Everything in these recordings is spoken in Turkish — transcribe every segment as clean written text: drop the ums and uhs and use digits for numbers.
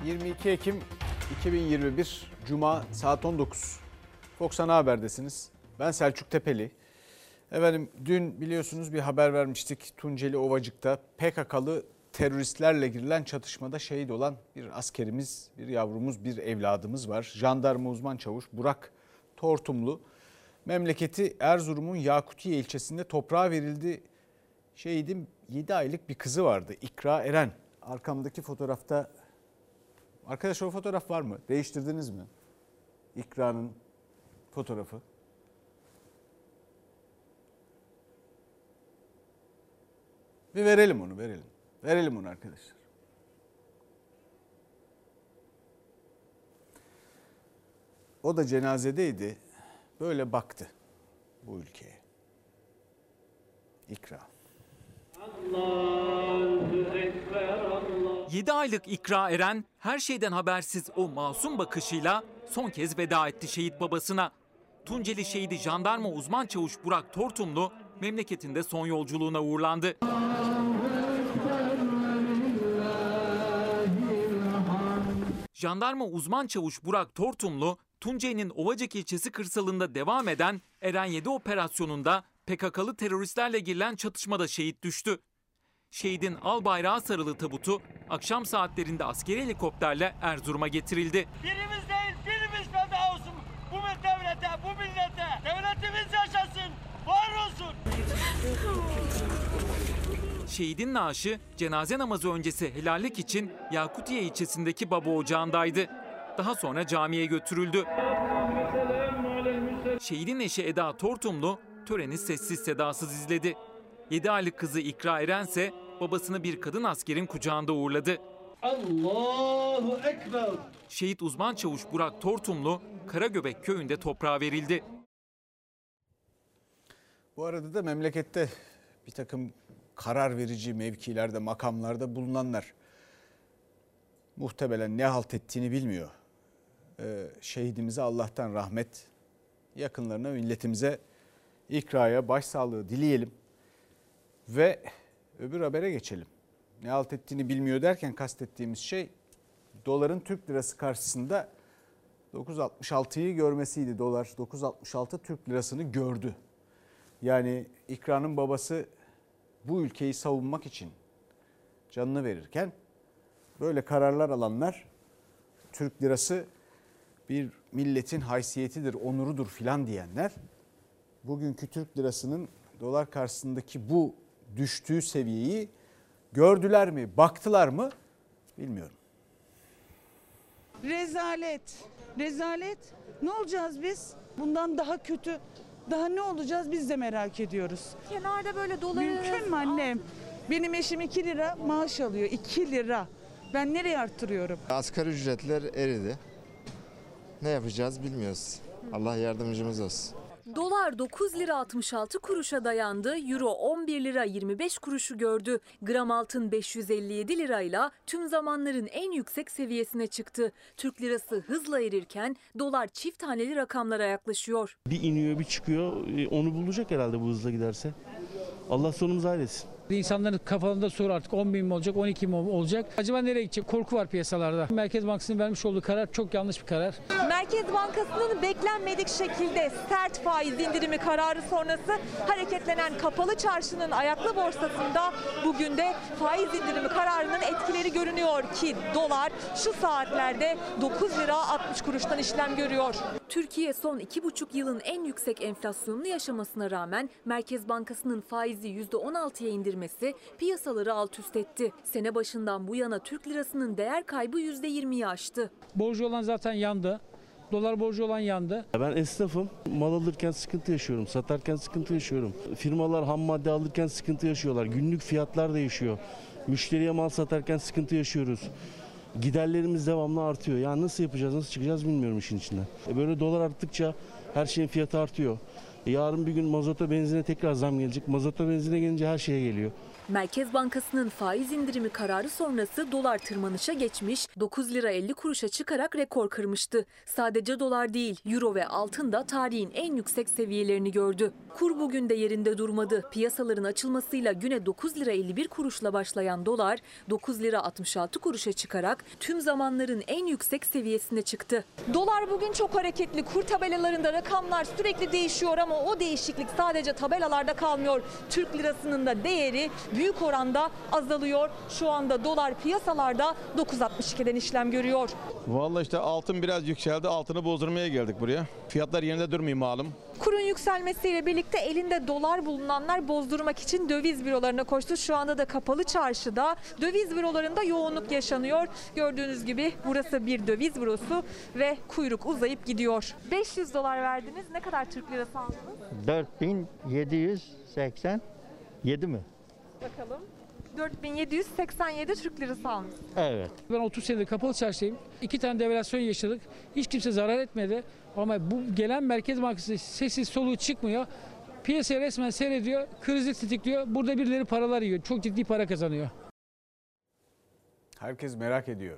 22 Ekim 2021 Cuma saat 19. Fox Ana Haber'desiniz. Ben Selçuk Tepeli. Efendim dün biliyorsunuz bir haber vermiştik. Tunceli Ovacık'ta PKK'lı teröristlerle girilen çatışmada şehit olan bir askerimiz, bir yavrumuz, bir evladımız var. Jandarma uzman çavuş Burak Tortumlu. Memleketi Erzurum'un Yakutiye ilçesinde toprağa verildi. Şehidin 7 aylık bir kızı vardı. İkra Eren. Arkamdaki fotoğrafta, arkadaş o fotoğraf var mı? Değiştirdiniz mi? İkra'nın fotoğrafı. Bir verelim onu, verelim. Verelim onu arkadaşlar. O da cenazedeydi. Böyle baktı bu ülkeye. İkra. 7 aylık İkra Eren her şeyden habersiz o masum bakışıyla son kez veda etti şehit babasına. Tunceli şehidi jandarma uzman çavuş Burak Tortumlu memleketinde son yolculuğuna uğurlandı. Jandarma uzman çavuş Burak Tortumlu, Tunceli'nin Ovacık ilçesi kırsalında devam eden Eren 7 operasyonunda PKK'lı teröristlerle girilen çatışmada şehit düştü. Şehidin al bayrağı sarılı tabutu akşam saatlerinde askeri helikopterle Erzurum'a getirildi. Birimiz değil, birimiz feda olsun bu devlete, bu millete. Devletimiz yaşasın, var olsun. Şehidin naaşı cenaze namazı öncesi helallik için Yakutiye ilçesindeki baba ocağındaydı. Daha sonra camiye götürüldü. Şehidin eşi Eda Tortumlu töreni sessiz sedasız izledi. 7 aylık kızı İkra Eren ise babasını bir kadın askerin kucağında uğurladı. Allahu Ekber. Şehit uzman çavuş Burak Tortumlu Karagöbek köyünde toprağa verildi. Bu arada da memlekette bir takım karar verici mevkilerde, makamlarda bulunanlar muhtemelen ne halt ettiğini bilmiyor. Şehidimize Allah'tan rahmet, yakınlarına, milletimize, İkra'ya başsağlığı dileyelim. Ve öbür habere geçelim. Ne halt ettiğini bilmiyor derken kastettiğimiz şey doların Türk lirası karşısında 9.66'yı görmesiydi. Dolar 9.66 Türk lirasını gördü. Yani İkra'nın babası bu ülkeyi savunmak için canını verirken böyle kararlar alanlar Türk lirası bir milletin haysiyetidir, onurudur filan diyenler bugünkü Türk lirasının dolar karşısındaki bu düştüğü seviyeyi gördüler mi, baktılar mı bilmiyorum. Rezalet, rezalet. Ne olacağız biz? Bundan daha kötü, daha ne olacağız biz de merak ediyoruz. Kenarda böyle doları... Mümkün mü annem? Benim eşim 2 lira maaş alıyor, 2 lira. Ben nereye arttırıyorum? Asgari ücretler eridi. Ne yapacağız bilmiyoruz. Allah yardımcımız olsun. Dolar 9 lira 66 kuruşa dayandı, euro 11 lira 25 kuruşu gördü. Gram altın 557 lirayla tüm zamanların en yüksek seviyesine çıktı. Türk lirası hızla erirken dolar çift taneli rakamlara yaklaşıyor. Bir iniyor bir çıkıyor, onu bulacak herhalde bu hızla giderse. Allah sonumuzu hayretsin. İnsanların kafalarında soru artık 10 bin mi olacak, 12 mi olacak? Acaba nereye gidecek? Korku var piyasalarda. Merkez Bankası'nın vermiş olduğu karar çok yanlış bir karar. Merkez Bankası'nın beklenmedik şekilde sert faiz indirimi kararı sonrası hareketlenen kapalı çarşının ayaklı borsasında bugün de faiz indirimi kararının etkileri görünüyor ki dolar şu saatlerde 9 lira 60 kuruştan işlem görüyor. Türkiye son 2,5 yılın en yüksek enflasyonunu yaşamasına rağmen Merkez Bankası'nın faizi %16'ya indirmesi piyasaları alt üst etti. Sene başından bu yana Türk lirasının değer kaybı %20'yi aştı. Borcu olan zaten yandı. Dolar borcu olan yandı. Ben esnafım. Mal alırken sıkıntı yaşıyorum. Satarken sıkıntı yaşıyorum. Firmalar ham madde alırken sıkıntı yaşıyorlar. Günlük fiyatlar değişiyor. Müşteriye mal satarken sıkıntı yaşıyoruz. Giderlerimiz devamlı artıyor. Ya nasıl yapacağız, nasıl çıkacağız bilmiyorum işin içinden. Böyle dolar arttıkça her şeyin fiyatı artıyor. Yarın bir gün mazota benzine tekrar zam gelecek. Mazota benzine gelince her şeye geliyor. Merkez Bankası'nın faiz indirimi kararı sonrası dolar tırmanışa geçmiş, 9 lira 50 kuruşa çıkarak rekor kırmıştı. Sadece dolar değil, euro ve altın da tarihin en yüksek seviyelerini gördü. Kur bugün de yerinde durmadı. Piyasaların açılmasıyla güne 9 lira 51 kuruşla başlayan dolar 9 lira 66 kuruşa çıkarak tüm zamanların en yüksek seviyesine çıktı. Dolar bugün çok hareketli. Kur tabelalarında rakamlar sürekli değişiyor ama o değişiklik sadece tabelalarda kalmıyor. Türk lirasının da değeri büyük oranda azalıyor. Şu anda dolar piyasalarda 9.62'den işlem görüyor. Vallahi işte altın biraz yükseldi. Altını bozdurmaya geldik buraya. Fiyatlar yerinde durmuyor malum. Kurun yükselmesiyle birlikte elinde dolar bulunanlar bozdurmak için döviz bürolarına koştu. Şu anda da kapalı çarşıda döviz bürolarında yoğunluk yaşanıyor. Gördüğünüz gibi burası bir döviz bürosu ve kuyruk uzayıp gidiyor. 500 dolar verdiniz. Ne kadar Türk lirası aldınız? 4787 mi? Bakalım. 4787 Türk lirası almış. Evet. Ben 30 senedir kapalı çarşıdayım. 2 tane devalüasyon yaşadık. Hiç kimse zarar etmedi. Ama bu gelen Merkez Bankası sessiz soluğu çıkmıyor. Piyasaya resmen seyrediyor. Krizi tetikliyor. Burada birileri paralar yiyor. Çok ciddi para kazanıyor. Herkes merak ediyor.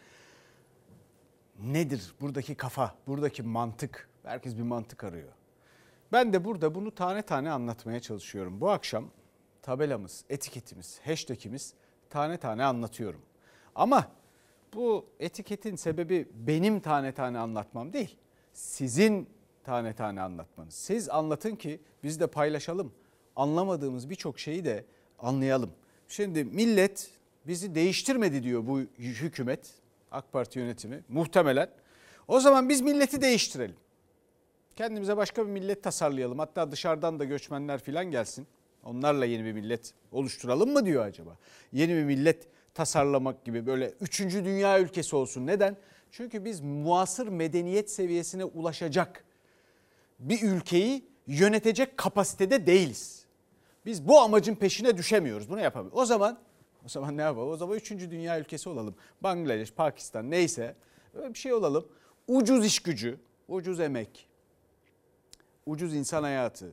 Nedir buradaki kafa, buradaki mantık? Herkes bir mantık arıyor. Ben de burada bunu tane tane anlatmaya çalışıyorum. Bu akşam tabelamız, etiketimiz, hashtagimiz tane tane anlatıyorum. Ama bu etiketin sebebi benim tane tane anlatmam değil. Sizin tane tane anlatmanız. Siz anlatın ki biz de paylaşalım. Anlamadığımız birçok şeyi de anlayalım. Şimdi millet bizi değiştirmedi diyor bu hükümet, AK Parti yönetimi muhtemelen. O zaman biz milleti değiştirelim. Kendimize başka bir millet tasarlayalım. Hatta dışarıdan da göçmenler falan gelsin. Onlarla yeni bir millet oluşturalım mı diyor acaba? Yeni bir millet tasarlamak gibi böyle 3. dünya ülkesi olsun. Neden? Çünkü biz muasır medeniyet seviyesine ulaşacak bir ülkeyi yönetecek kapasitede değiliz. Biz bu amacın peşine düşemiyoruz. Bunu yapamıyoruz. O zaman ne yapalım? O zaman 3. dünya ülkesi olalım. Bangladeş, Pakistan neyse öyle bir şey olalım. Ucuz iş gücü, ucuz emek, ucuz insan hayatı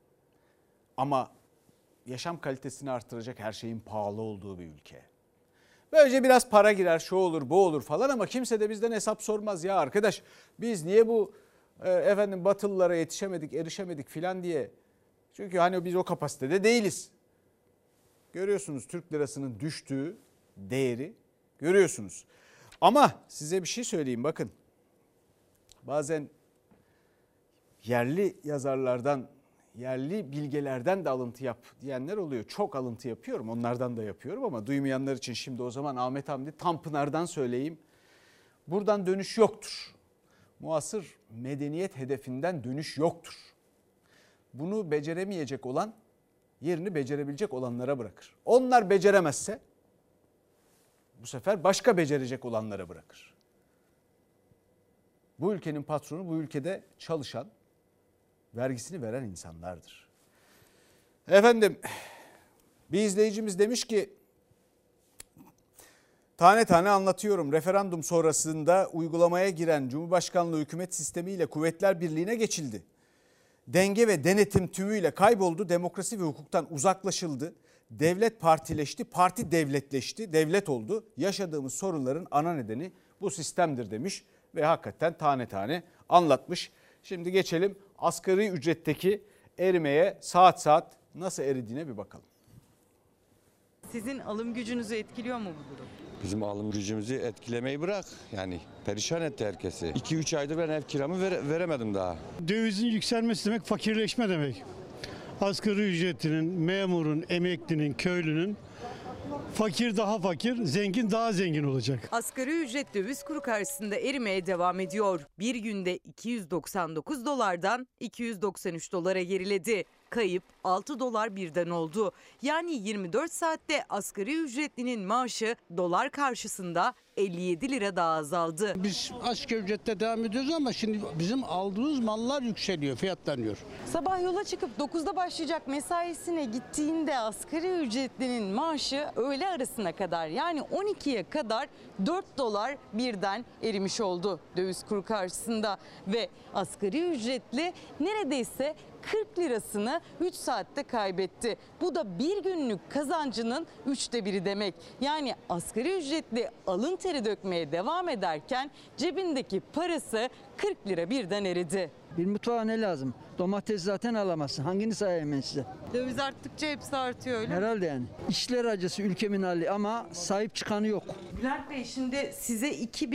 ama yaşam kalitesini artıracak her şeyin pahalı olduğu bir ülke. Böylece biraz para girer, şu olur, bu olur falan ama kimse de bizden hesap sormaz. Ya arkadaş biz niye bu Batılılara yetişemedik, erişemedik filan diye. Çünkü hani biz o kapasitede değiliz. Görüyorsunuz Türk lirasının düştüğü değeri görüyorsunuz. Ama size bir şey söyleyeyim bakın. Bazen yerli yazarlardan, yerli bilgelerden de alıntı yap diyenler oluyor. Çok alıntı yapıyorum, onlardan da yapıyorum ama duymayanlar için şimdi o zaman Ahmet Hamdi Tanpınar'dan söyleyeyim. Buradan dönüş yoktur. Muasır medeniyet hedefinden dönüş yoktur. Bunu beceremeyecek olan yerini becerebilecek olanlara bırakır. Onlar beceremezse bu sefer başka becerecek olanlara bırakır. Bu ülkenin patronu bu ülkede çalışan, vergisini veren insanlardır. Efendim bir izleyicimiz demiş ki tane tane anlatıyorum. Referandum sonrasında uygulamaya giren Cumhurbaşkanlığı hükümet sistemiyle Kuvvetler Birliği'ne geçildi. Denge ve denetim tümüyle kayboldu. Demokrasi ve hukuktan uzaklaşıldı. Devlet partileşti, parti devletleşti, devlet oldu. Yaşadığımız sorunların ana nedeni bu sistemdir demiş ve hakikaten tane tane anlatmış. Şimdi geçelim asgari ücretteki erimeye saat saat nasıl eridiğine bir bakalım. Sizin alım gücünüzü etkiliyor mu bu durum? Bizim alım gücümüzü etkilemeyi bırak. Yani perişan etti herkesi. 2-3 aydır ben ev kiramı veremedim daha. Dövizin yükselmesi demek fakirleşme demek. Asgari ücretlinin, memurun, emeklinin, köylünün fakir daha fakir, zengin daha zengin olacak. Asgari ücret döviz kuru karşısında erimeye devam ediyor. Bir günde 299 dolardan 293 dolara geriledi. Kayıp 6 dolar birden oldu. Yani 24 saatte asgari ücretlinin maaşı dolar karşısında 57 lira daha azaldı. Biz asgari ücrette devam ediyoruz ama şimdi bizim aldığımız mallar yükseliyor, fiyatlanıyor. Sabah yola çıkıp 9'da başlayacak mesaisine gittiğinde asgari ücretlinin maaşı öğle arasına kadar yani 12'ye kadar 4 dolar birden erimiş oldu döviz kuru karşısında ve asgari ücretli neredeyse 40 lirasını 3 saatte kaybetti. Bu da bir günlük kazancının 1/3 demek. Yani asgari ücretli alın teri dökmeye devam ederken cebindeki parası 40 lira birden eridi. Bir mutfağa ne lazım? Domates zaten alamazsın. Hangini sayayım ben size? Döviz arttıkça hepsi artıyor öyle mi? Herhalde yani. İşler acısı ülkemin hali ama sahip çıkanı yok. Bülent Bey, şimdi size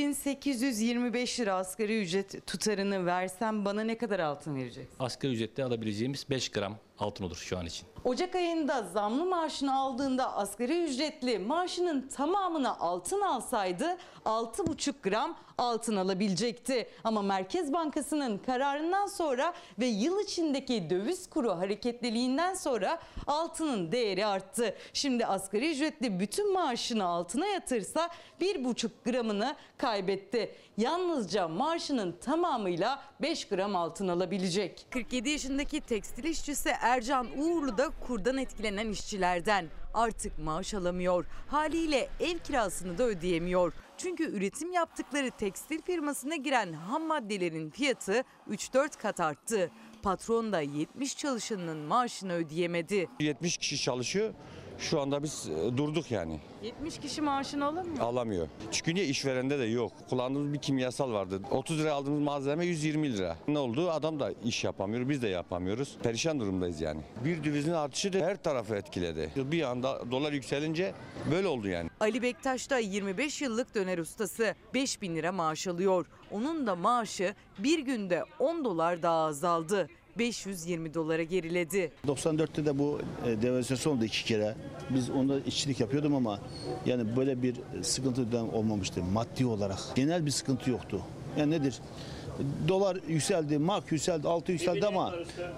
2825 lira asgari ücret tutarını versem bana ne kadar altın vereceksiniz? Asgari ücrette alabileceğimiz 5 gram altın olur şu an için. Ocak ayında zamlı maaşını aldığında asgari ücretli maaşının tamamını altın alsaydı 6,5 gram altın alabilecekti. Ama Merkez Bankası'nın kararından sonra ve yıl içindeki döviz kuru hareketliliğinden sonra altının değeri arttı. Şimdi asgari ücretli bütün maaşını altına yatırsa 1,5 gramını kaybetti. Yalnızca maaşının tamamıyla 5 gram altın alabilecek. 47 yaşındaki tekstil işçisi Ercan Uğurlu da kurdan etkilenen işçilerden. Artık maaş alamıyor. Haliyle ev kirasını da ödeyemiyor. Çünkü üretim yaptıkları tekstil firmasına giren ham maddelerin fiyatı 3-4 kat arttı. Patron da 70 çalışanının maaşını ödeyemedi. 70 kişi çalışıyor. Şu anda biz durduk yani. 70 kişi maaşını alamıyor. Alamıyor. Çünkü niye, işverende de yok. Kullandığımız bir kimyasal vardı. 30 lira aldığımız malzeme 120 lira. Ne oldu? Adam da iş yapamıyor. Biz de yapamıyoruz. Perişan durumdayız yani. Bir dövizin artışı da her tarafı etkiledi. Bir anda dolar yükselince böyle oldu yani. Ali Bektaş da 25 yıllık döner ustası. 5.000 lira maaş alıyor. Onun da maaşı bir günde 10 dolar daha azaldı. 520 dolara geriledi. 94'te de bu devalüasyon oldu 2 kere. Biz onda işçilik yapıyordum ama yani böyle bir sıkıntı olmamıştı maddi olarak. Genel bir sıkıntı yoktu. Yani nedir? Dolar yükseldi, mark yükseldi, altı yükseldi ama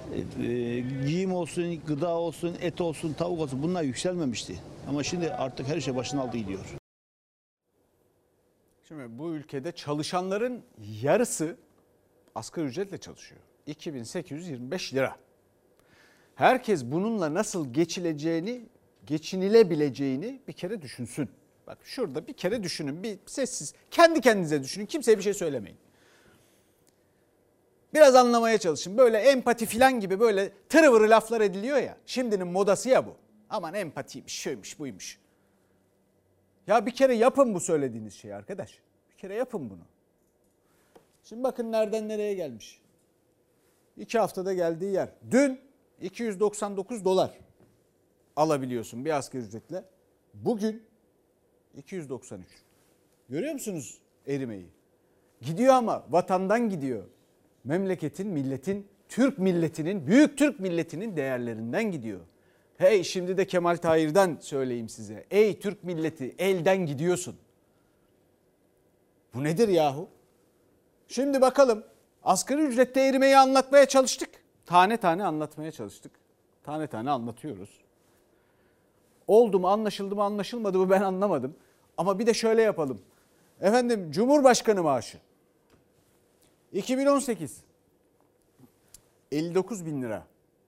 giyim olsun, gıda olsun, et olsun, tavuk olsun bunlar yükselmemişti. Ama şimdi artık her şey başına aldı gidiyor. Şimdi bu ülkede çalışanların yarısı asgari ücretle çalışıyor. 2825 lira. Herkes bununla nasıl geçinilebileceğini bir kere düşünsün. Bak şurada bir kere düşünün, bir sessiz, kendi kendinize düşünün, kimseye bir şey söylemeyin. Biraz anlamaya çalışın. Böyle empati filan gibi böyle tırıvırı laflar ediliyor ya. Şimdinin modası ya bu. Aman empatiymiş, şuymuş, buymuş. Ya bir kere yapın bu söylediğiniz şeyi arkadaş. Bir kere yapın bunu. Şimdi bakın nereden nereye gelmiş. 2 haftada geldiği yer. Dün 299 dolar alabiliyorsun bir asgari ücretle. Bugün 293. Görüyor musunuz erimeyi? Gidiyor ama vatandan gidiyor. Memleketin, milletin, Türk milletinin, büyük Türk milletinin değerlerinden gidiyor. Hey, şimdi de Kemal Tahir'den söyleyeyim size. Ey Türk milleti, elden gidiyorsun. Bu nedir yahu? Şimdi bakalım. Asgari ücrette erimeyi anlatmaya çalıştık. Tane tane anlatmaya çalıştık. Tane tane anlatıyoruz. Oldu mu, anlaşıldı mı, anlaşılmadı mı ben anlamadım. Ama bir de şöyle yapalım. Efendim, Cumhurbaşkanı maaşı. 2018 59 bin lira.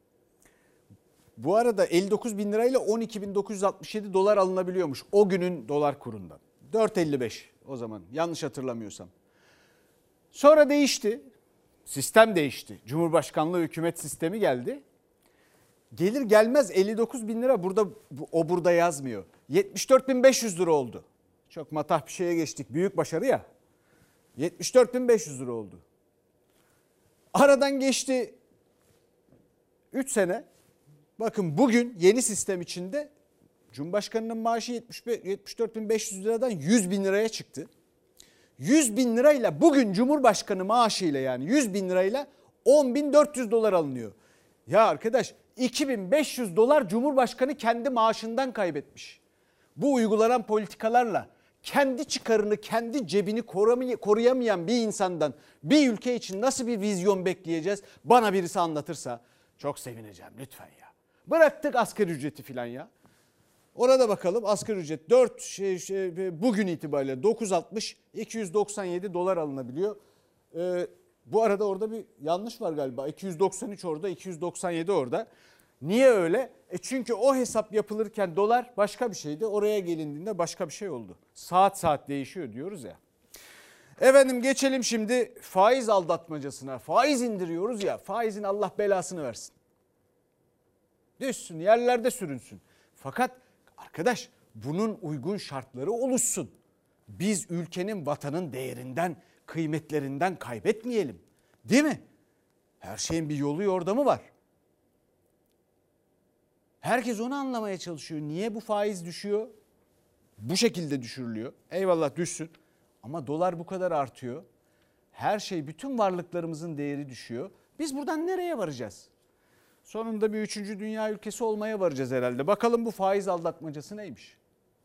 Bu arada 59 bin lirayla 12.967 dolar alınabiliyormuş o günün dolar kurundan. 4.55 o zaman, yanlış hatırlamıyorsam. Sonra değişti. Sistem değişti. Cumhurbaşkanlığı hükümet sistemi geldi. Gelir gelmez 59 bin lira burada yazmıyor. 74.500 lira oldu. Çok matah bir şeye geçtik. Büyük başarı ya. 74.500 lira oldu. Aradan geçti 3 sene. Bakın bugün yeni sistem içinde Cumhurbaşkanının maaşı 74.500 liradan 100 bin liraya çıktı. 100 bin lirayla bugün Cumhurbaşkanı maaşıyla yani 100 bin lirayla 10.400 dolar alınıyor. Ya arkadaş 2.500 dolar Cumhurbaşkanı kendi maaşından kaybetmiş. Bu uygulanan politikalarla kendi çıkarını, kendi cebini koruyamayan bir insandan bir ülke için nasıl bir vizyon bekleyeceğiz? Bana birisi anlatırsa çok sevineceğim lütfen ya. Bıraktık asgari ücreti falan ya. Orada bakalım asgari ücret bugün itibariyle 9.60 297 dolar alınabiliyor. Bu arada orada bir yanlış var galiba. 293 orada, 297 orada. Niye öyle? Çünkü o hesap yapılırken dolar başka bir şeydi. Oraya gelindiğinde başka bir şey oldu. Saat değişiyor diyoruz ya. Efendim geçelim şimdi faiz aldatmacasına. Faiz indiriyoruz ya. Faizin Allah belasını versin. Düşsün, yerlerde sürünsün. Fakat arkadaş bunun uygun şartları oluşsun. Biz ülkenin, vatanın değerinden, kıymetlerinden kaybetmeyelim. Değil mi? Her şeyin bir yolu yordamı var. Herkes onu anlamaya çalışıyor. Niye bu faiz düşüyor? Bu şekilde düşürülüyor. Eyvallah düşsün. Ama dolar bu kadar artıyor. Her şey, bütün varlıklarımızın değeri düşüyor. Biz buradan nereye varacağız? Sonunda bir 3. dünya ülkesi olmaya varacağız herhalde. Bakalım bu faiz aldatmacası neymiş?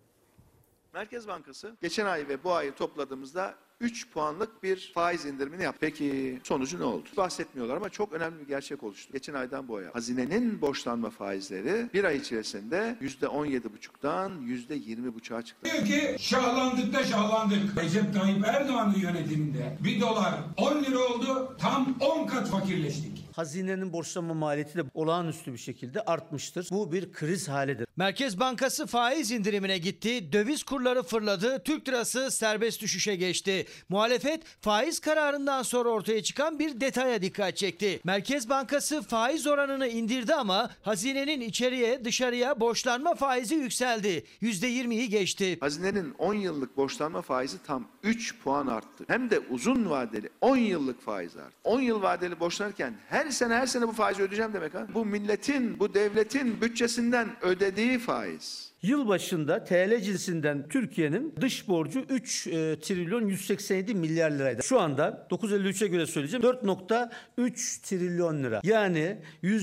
Merkez Bankası geçen ay ve bu ayı topladığımızda 3 puanlık bir faiz indirimini yaptı. Peki sonucu ne oldu? Bahsetmiyorlar ama çok önemli bir gerçek oluştu. Geçen aydan bu aya hazinenin borçlanma faizleri bir ay içerisinde %17,5'dan %20,5'a çıktı. Diyor ki şahlandık da şahlandık. Recep Tayyip Erdoğan'ın yönetiminde 1 dolar 10 lira oldu, tam 10 kat fakirleştik. Hazinenin borçlanma maliyeti de olağanüstü bir şekilde artmıştır. Bu bir kriz halidir. Merkez Bankası faiz indirimine gitti, döviz kurları fırladı, Türk lirası serbest düşüşe geçti. Muhalefet faiz kararından sonra ortaya çıkan bir detaya dikkat çekti. Merkez Bankası faiz oranını indirdi ama hazinenin içeriye dışarıya borçlanma faizi yükseldi. %20'yi geçti. Hazinenin 10 yıllık borçlanma faizi tam 3 puan arttı. Hem de uzun vadeli 10 yıllık faiz arttı. 10 yıl vadeli borçlanırken her sene bu faizi ödeyeceğim demek ha. Bu milletin, bu devletin bütçesinden ödediği faiz. Yılbaşında TL cinsinden Türkiye'nin dış borcu 3 trilyon 187 milyar liraydı. Şu anda 9.53'e göre söyleyeceğim 4.3 trilyon lira. Yani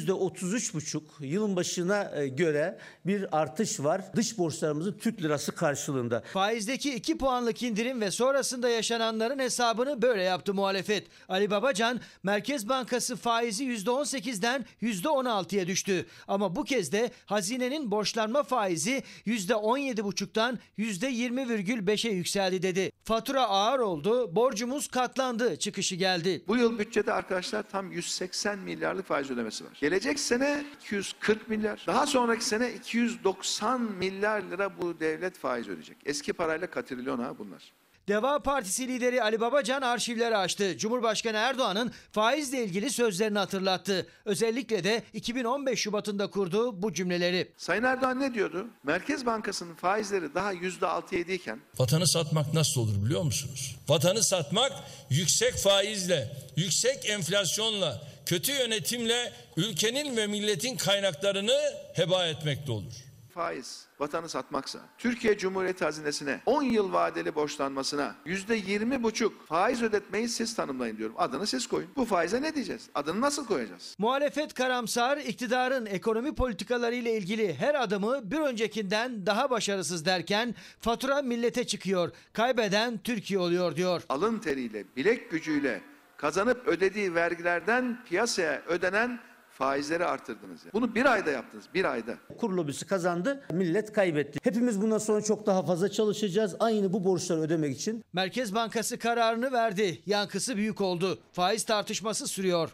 %33,5 yılın başına göre bir artış var dış borçlarımızın Türk lirası karşılığında. Faizdeki 2 puanlık indirim ve sonrasında yaşananların hesabını böyle yaptı muhalefet. Ali Babacan, Merkez Bankası faizi %18'den %16'ya düştü. Ama bu kez de hazinenin borçlanma faizi %17,5'tan %20,5'e yükseldi dedi. Fatura ağır oldu, borcumuz katlandı çıkışı geldi. Bu yıl bütçede arkadaşlar tam 180 milyarlık faiz ödemesi var. Gelecek sene 240 milyar, daha sonraki sene 290 milyar lira bu devlet faiz ödeyecek. Eski parayla katrilyon ha bunlar. Deva Partisi lideri Ali Babacan arşivleri açtı. Cumhurbaşkanı Erdoğan'ın faizle ilgili sözlerini hatırlattı. Özellikle de 2015 Şubat'ında kurduğu bu cümleleri. Sayın Erdoğan ne diyordu? Merkez Bankası'nın faizleri daha %6-7 iken... Vatanı satmak nasıl olur biliyor musunuz? Vatanı satmak yüksek faizle, yüksek enflasyonla, kötü yönetimle ülkenin ve milletin kaynaklarını heba etmekte olur. Faiz vatanı satmaksa, Türkiye Cumhuriyeti hazinesine 10 yıl vadeli borçlanmasına %20,5 faiz ödetmeyi siz tanımlayın diyorum. Adını siz koyun. Bu faize ne diyeceğiz? Adını nasıl koyacağız? Muhalefet karamsar, iktidarın ekonomi politikaları ile ilgili her adımı bir öncekinden daha başarısız derken fatura millete çıkıyor. Kaybeden Türkiye oluyor diyor. Alın teriyle, bilek gücüyle kazanıp ödediği vergilerden piyasaya ödenen faizleri artırdınız. Bunu bir ayda yaptınız, bir ayda. Kur lobisi kazandı, millet kaybetti. Hepimiz bundan sonra çok daha fazla çalışacağız. Aynı bu borçları ödemek için. Merkez Bankası kararını verdi. Yankısı büyük oldu. Faiz tartışması sürüyor.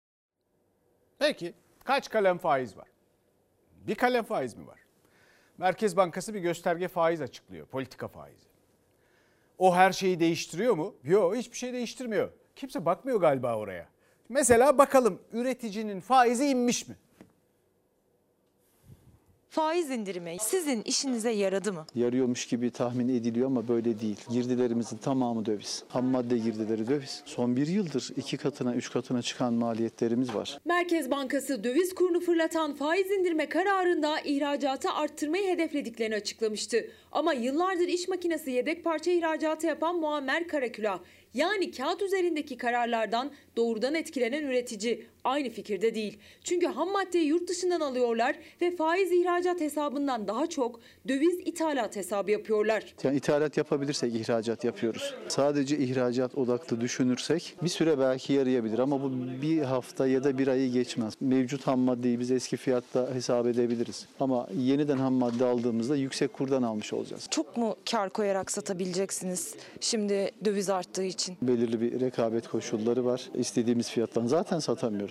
Peki kaç kalem faiz var? Bir kalem faiz mi var? Merkez Bankası bir gösterge faiz açıklıyor, politika faizi. O her şeyi değiştiriyor mu? Yok, hiçbir şey değiştirmiyor. Kimse bakmıyor galiba oraya. Mesela bakalım üreticinin faizi inmiş mi? Faiz indirimi sizin işinize yaradı mı? Yarıyormuş gibi tahmin ediliyor ama böyle değil. Girdilerimizin tamamı döviz. Ham madde girdileri döviz. Son bir yıldır 2 katına 3 katına çıkan maliyetlerimiz var. Merkez Bankası döviz kurunu fırlatan faiz indirme kararında ihracatı arttırmayı hedeflediklerini açıklamıştı. Ama yıllardır iş makinesi yedek parça ihracatı yapan Muammer Karakülah, yani kağıt üzerindeki kararlardan doğrudan etkilenen üretici aynı fikirde değil. Çünkü ham maddeyi yurt dışından alıyorlar ve faiz ihracat hesabından daha çok döviz ithalat hesabı yapıyorlar. Yani ithalat yapabilirsek ihracat yapıyoruz. Sadece ihracat odaklı düşünürsek bir süre belki yarayabilir ama bu bir hafta ya da bir ayı geçmez. Mevcut ham maddeyi biz eski fiyatta hesap edebiliriz. Ama yeniden ham madde aldığımızda yüksek kurdan almış olacağız. Çok mu kar koyarak satabileceksiniz şimdi döviz arttığı için? Belirli bir rekabet koşulları var. İstediğimiz fiyattan zaten satamıyoruz.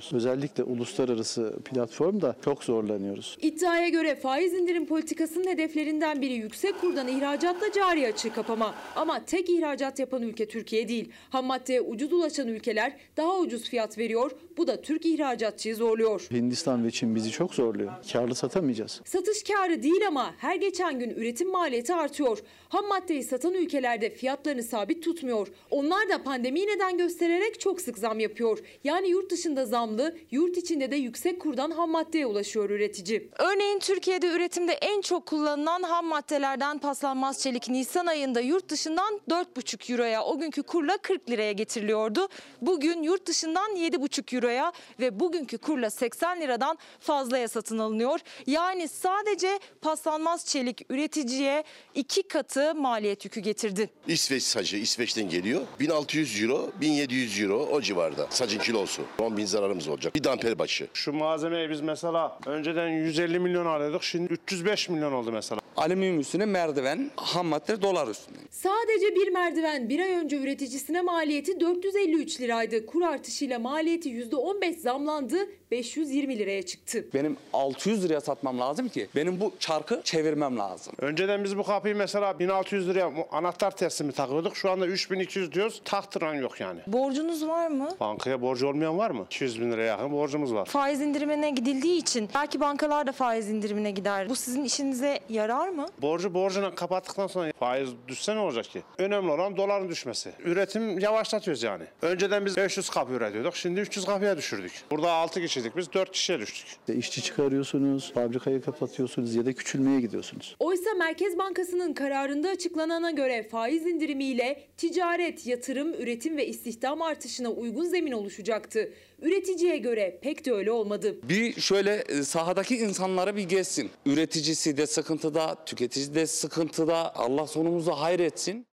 zorlanıyoruz. Özellikle uluslararası platformda çok zorlanıyoruz. İddiaya göre faiz indirim politikasının hedeflerinden biri yüksek kurdan ihracatla cari açığı kapama. Ama tek ihracat yapan ülke Türkiye değil. Ham maddeye ucuz ulaşan ülkeler daha ucuz fiyat veriyor. Bu da Türk ihracatçıyı zorluyor. Hindistan ve Çin bizi çok zorluyor. Karlı satamayacağız. Satış karı değil ama her geçen gün üretim maliyeti artıyor. Ham maddeyi satan ülkelerde fiyatlarını sabit tutmuyor. Onlar da pandemiyi neden göstererek çok sık zam yapıyor. Yani yurt dışında zamlı, yurt içinde de yüksek kurdan ham maddeye ulaşıyor üretici. Örneğin Türkiye'de üretimde en çok kullanılan ham maddelerden paslanmaz çelik Nisan ayında yurt dışından 4,5 euroya, o günkü kurla 40 liraya getiriliyordu. Bugün yurt dışından 7,5 euroya ve bugünkü kurla 80 liradan fazlaya satın alınıyor. Yani sadece paslanmaz çelik üreticiye 2 katı maliyet yükü getirdi. İsveç sacı İsveç'ten geliyor. 1600 euro, 1700 euro o civarda sacın kilosu. 10.000 zararımız olacak. Bir damper başı. Şu malzemeyi biz mesela önceden 150 milyon alıyorduk. Şimdi 305 milyon oldu mesela. Alüminyum üstüne merdiven, ham madde dolar üstüne. Sadece bir merdiven bir ay önce üreticisine maliyeti 453 liraydı. Kur artışıyla maliyeti %15 zamlandı, 520 liraya çıktı. Benim 600 liraya satmam lazım ki benim bu çarkı çevirmem lazım. Önceden biz bu kapıyı mesela 1600 liraya anahtar teslimi takıyorduk. Şu anda 3200 diyoruz. Taktıran yok yani. Borcunuz var mı? Bankaya borcu olmayan var mı? 200 bin liraya yakın borcumuz var. Faiz indirimine gidildiği için belki bankalar da faiz indirimine gider. Bu sizin işinize yarar mı? Borcu borcuna kapattıktan sonra faiz düşse ne olacak ki? Önemli olan doların düşmesi. Üretim yavaşlatıyoruz yani. Önceden biz 500 kapı üretiyorduk. Şimdi 300 kapıya düşürdük. Burada 6 kişiydik. Biz 4 kişiye düştük. İşçi çıkarıyorsunuz, fabrikayı kapatıyorsunuz ya da küçülmeye gidiyorsunuz. Oysa Merkez Bankası'nın kararında açıklanana göre faiz indirimiyle ticaret, yatırım, üretim ve istihdam artışına uygun zemin oluşacaktı. Üreticiye göre pek de öyle olmadı. Bir şöyle sahadaki insanları bir gezsin. Üreticisi de sıkıntıda, tüketici de sıkıntıda. Allah sonumuzu hayretsin.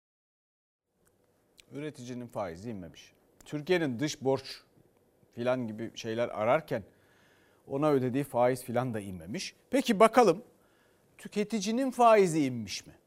Üreticinin faizi inmemiş. Türkiye'nin dış borç filan gibi şeyler ararken ona ödediği faiz filan da inmemiş. Peki bakalım tüketicinin faizi inmiş mi?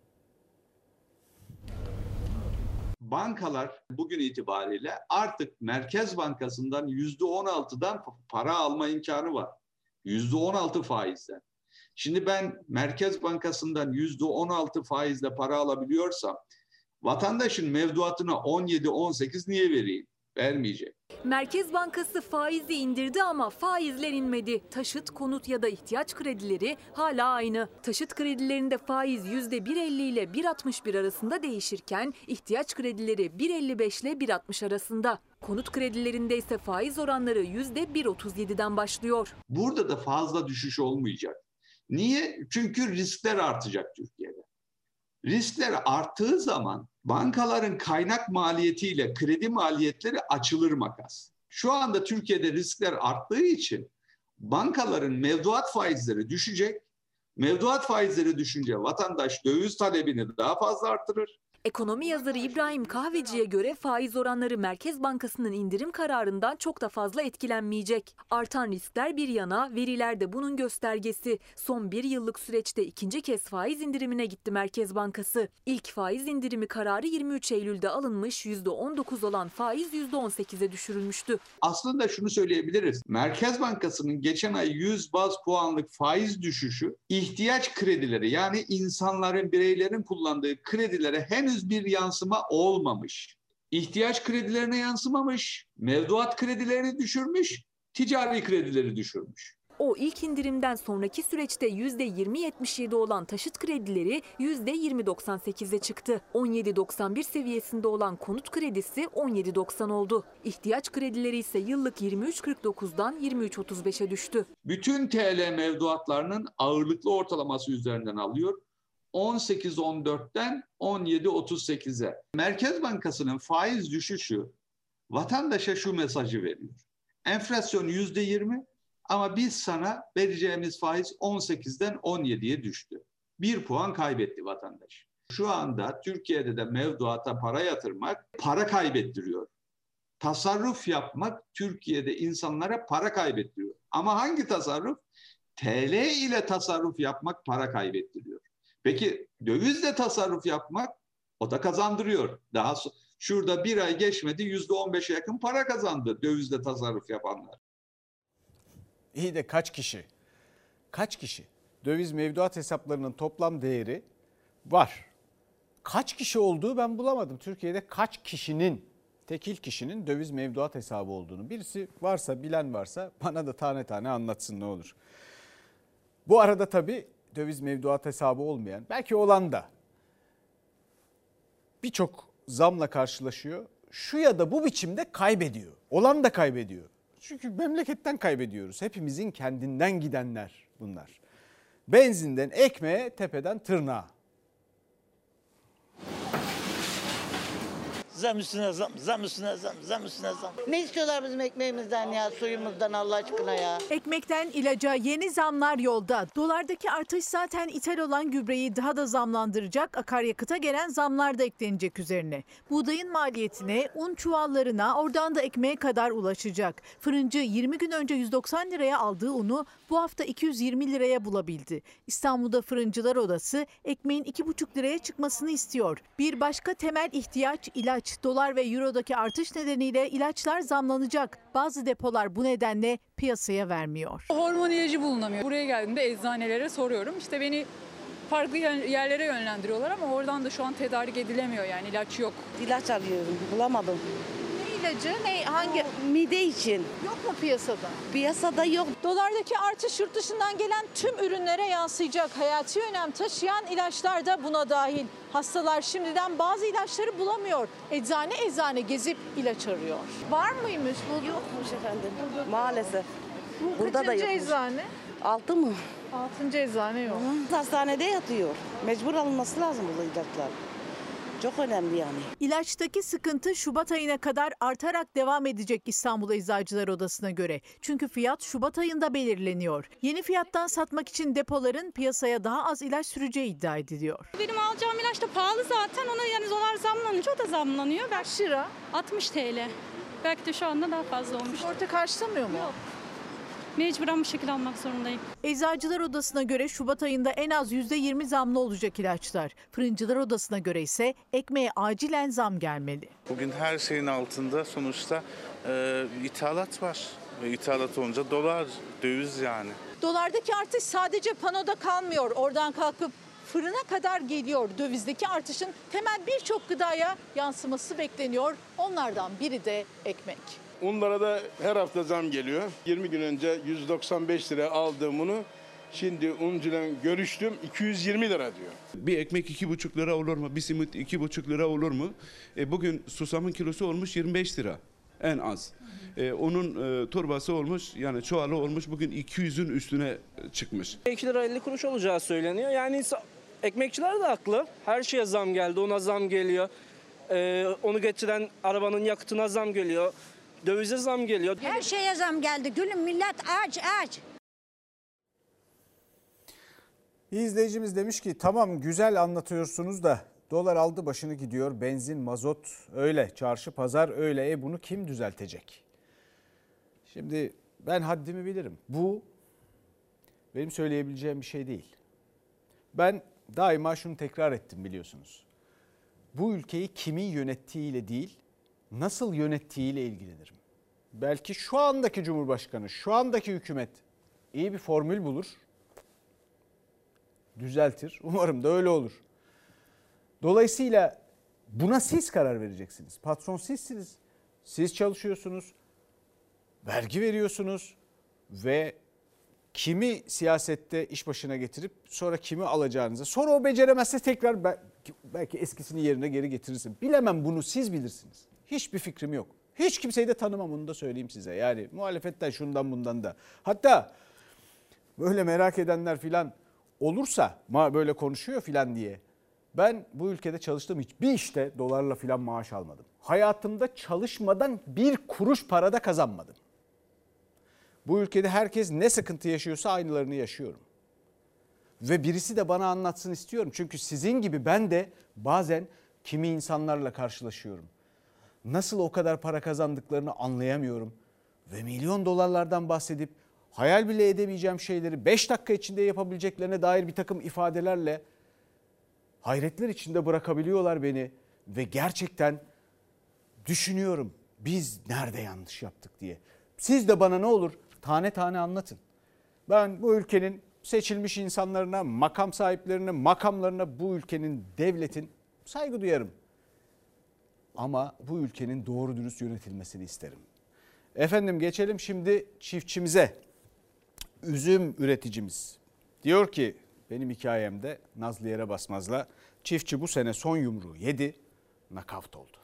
Bankalar bugün itibariyle artık Merkez Bankası'ndan %16'dan para alma imkanı var. %16 faizle. Şimdi ben Merkez Bankası'ndan %16 faizle para alabiliyorsam vatandaşın mevduatına 17-18 niye vereyim? Vermeyecek. Merkez Bankası faizi indirdi ama faizler inmedi. Taşıt, konut ya da ihtiyaç kredileri hala aynı. Taşıt kredilerinde faiz %1.50 ile 1.61 arasında değişirken ihtiyaç kredileri 1.55 ile 1.60 arasında. Konut kredilerinde ise faiz oranları %1.37'den başlıyor. Burada da fazla düşüş olmayacak. Niye? Çünkü riskler artacak Türkiye'de. Riskler arttığı zaman bankaların kaynak maliyetiyle kredi maliyetleri açılır makas. Şu anda Türkiye'de riskler arttığı için bankaların mevduat faizleri düşecek. Mevduat faizleri düşünce vatandaş döviz talebini daha fazla artırır. Ekonomi yazarı İbrahim Kahveci'ye göre faiz oranları Merkez Bankası'nın indirim kararından çok da fazla etkilenmeyecek. Artan riskler bir yana, veriler de bunun göstergesi. Son bir yıllık süreçte ikinci kez faiz indirimine gitti Merkez Bankası. İlk faiz indirimi kararı 23 Eylül'de alınmış, %19 olan faiz %18'e düşürülmüştü. Aslında şunu söyleyebiliriz. Merkez Bankası'nın geçen ay 100 baz puanlık faiz düşüşü ihtiyaç kredileri, yani insanların, bireylerin kullandığı kredilere henüz bir yansıma olmamış. İhtiyaç kredilerine yansımamış, mevduat kredilerini düşürmüş, ticari kredileri düşürmüş. O ilk indirimden sonraki süreçte %20.77 olan taşıt kredileri %20.98'e çıktı. 17.91 seviyesinde olan konut kredisi 17.90 oldu. İhtiyaç kredileri ise yıllık 23.49'dan 23.35'e düştü. Bütün TL mevduatlarının ağırlıklı ortalaması üzerinden alıyor. 18.14'ten 17.38'e. Merkez Bankası'nın faiz düşüşü vatandaşa şu mesajı veriyor. Enflasyon %20 ama biz sana vereceğimiz faiz 18'den 17'ye düştü. 1 puan kaybetti vatandaş. Şu anda Türkiye'de de mevduata para yatırmak para kaybettiriyor. Tasarruf yapmak Türkiye'de insanlara para kaybettiriyor. Ama hangi tasarruf? TL ile tasarruf yapmak para kaybettiriyor. Peki dövizle tasarruf yapmak, o da kazandırıyor. Daha şurada bir ay geçmedi %15'e yakın para kazandı dövizle tasarruf yapanlar. İyi de kaç kişi? Kaç kişi? Döviz mevduat hesaplarının toplam değeri var. Kaç kişi olduğu ben bulamadım. Türkiye'de kaç kişinin, tekil kişinin döviz mevduat hesabı olduğunu. Birisi varsa, bilen varsa bana da tane tane anlatsın ne olur. Bu arada tabii döviz mevduat hesabı olmayan, belki olan da birçok zamla karşılaşıyor. Şu ya da bu biçimde kaybediyor. Olan da kaybediyor. Çünkü memleketten kaybediyoruz. Hepimizin kendinden gidenler bunlar. Benzinden ekmeğe, tepeden tırnağa. Zam üstüne zam, zam üstüne zam, zam üstüne zam. Ne istiyorlar bizim ekmeğimizden ya, suyumuzdan Allah aşkına ya? Ekmekten ilaca yeni zamlar yolda. Dolardaki artış zaten ithal olan gübreyi daha da zamlandıracak, akaryakıta gelen zamlar da eklenecek üzerine. Buğdayın maliyetine, un çuvallarına, oradan da ekmeğe kadar ulaşacak. Fırıncı 20 gün önce 190 liraya aldığı unu bu hafta 220 liraya bulabildi. İstanbul'da Fırıncılar Odası ekmeğin 2,5 liraya çıkmasını istiyor. Bir başka temel ihtiyaç ilaç. Dolar ve eurodaki artış nedeniyle ilaçlar zamlanacak. Bazı depolar bu nedenle piyasaya vermiyor. Hormon ilacı bulunamıyor. Buraya geldiğimde eczanelere soruyorum. İşte beni farklı yerlere yönlendiriyorlar ama oradan da şu an tedarik edilemiyor, yani ilaç yok. İlaç arıyorum, bulamadım. Ne ilacı? Hangi? Mide için. Yok mu piyasada? Piyasada yok. Dolardaki artış yurt dışından gelen tüm ürünlere yansıyacak. Hayati önem taşıyan ilaçlar da buna dahil. Hastalar şimdiden bazı ilaçları bulamıyor. Eczane gezip ilaç arıyor. Var mıymış bu? Yokmuş efendim. Maalesef. Burada da Kaçıncı yokmuş. eczane? 6 mı? 6. eczane yok. Hastanede yatıyor. Mecbur alınması lazım bu ilaçlar. Çok önemli yani. İlaçtaki sıkıntı Şubat ayına kadar artarak devam edecek İstanbul Eczacılar Odası'na göre. Çünkü fiyat Şubat ayında belirleniyor. Yeni fiyattan satmak için depoların piyasaya daha az ilaç süreceği iddia ediliyor. Benim alacağım ilaç da pahalı zaten. Ona yani dolar zamlanınca o da zamlanıyor. Kaç lira? 60 TL. Belki de şu anda daha fazla olmuş. Sigorta karşılamıyor mu? Yok. Mecburen bu şekilde almak zorundayım. Eczacılar Odası'na göre Şubat ayında en az %20 zamlı olacak ilaçlar. Fırıncılar Odası'na göre ise ekmeğe acilen zam gelmeli. Bugün her şeyin altında sonuçta ithalat var. Ve ithalat olunca dolar, döviz yani. Dolardaki artış sadece panoda kalmıyor. Oradan kalkıp fırına kadar geliyor. Dövizdeki artışın temel birçok gıdaya yansıması bekleniyor. Onlardan biri de ekmek. Unlara da her hafta zam geliyor. 20 gün önce 195 lira aldığım unu şimdi uncuyla görüştüm 220 lira diyor. Bir ekmek 2,5 lira olur mu? Bir simit 2,5 lira olur mu? Bugün susamın kilosu olmuş 25 lira en az. Onun torbası olmuş, yani çuvalı olmuş bugün 200'ün üstüne çıkmış. 2 lira 50 kuruş olacağı söyleniyor. Yani ekmekçiler de haklı. Her şeye zam geldi, ona zam geliyor. Onu getiren arabanın yakıtına zam geliyor. Dövize zam geliyor. Her şeye zam geldi. Gülüm millet aç. İzleyicimiz demiş ki tamam güzel anlatıyorsunuz da dolar aldı başını gidiyor. Benzin, mazot öyle, çarşı pazar öyle. Bunu kim düzeltecek? Şimdi ben haddimi bilirim. Bu benim söyleyebileceğim bir şey değil. Ben daima şunu tekrar ettim biliyorsunuz. Bu ülkeyi kimin yönettiğiyle değil, nasıl yönettiğiyle ilgilenirim. Belki şu andaki Cumhurbaşkanı, şu andaki hükümet iyi bir formül bulur, düzeltir. Umarım da öyle olur. Dolayısıyla buna siz karar vereceksiniz. Patron sizsiniz. Siz çalışıyorsunuz, vergi veriyorsunuz ve kimi siyasette iş başına getirip sonra kimi alacağınıza, sonra o beceremezse tekrar belki eskisini yerine geri getirirsin. Bilemem, bunu siz bilirsiniz. Hiçbir fikrim yok. Hiç kimseyi de tanımam, onu da söyleyeyim size. Yani muhalefetten şundan bundan da. Hatta böyle merak edenler filan olursa böyle konuşuyor filan diye. Ben bu ülkede çalıştığım hiçbir işte dolarla filan maaş almadım. Hayatımda çalışmadan bir kuruş para da kazanmadım. Bu ülkede herkes ne sıkıntı yaşıyorsa aynılarını yaşıyorum. Ve birisi de bana anlatsın istiyorum. Çünkü sizin gibi ben de bazen kimi insanlarla karşılaşıyorum. Nasıl o kadar para kazandıklarını anlayamıyorum. Ve milyon dolarlardan bahsedip hayal bile edemeyeceğim şeyleri 5 dakika içinde yapabileceklerine dair bir takım ifadelerle hayretler içinde bırakabiliyorlar beni. Ve gerçekten düşünüyorum biz nerede yanlış yaptık diye. Siz de bana ne olur Tane tane anlatın. Ben bu ülkenin seçilmiş insanlarına, makam sahiplerine, makamlarına, bu ülkenin, devletin saygı duyarım. Ama bu ülkenin doğru dürüst yönetilmesini isterim. Efendim geçelim şimdi çiftçimize. Üzüm üreticimiz diyor ki benim hikayemde Nazlı Yere Basmaz'la çiftçi bu sene son yumruğu yedi, nakavt oldu.